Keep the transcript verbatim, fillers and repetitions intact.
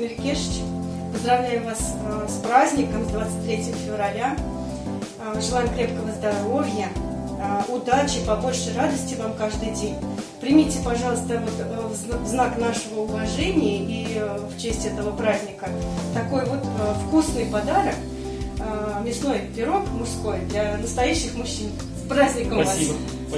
Меликешевич. Поздравляю вас с праздником, с двадцать третьим февраля. Желаем крепкого здоровья, удачи, побольше радости вам каждый день. Примите, пожалуйста, вот в знак нашего уважения и в честь этого праздника такой вот вкусный подарок. Мясной пирог мужской для настоящих мужчин. С праздником Спасибо. вас!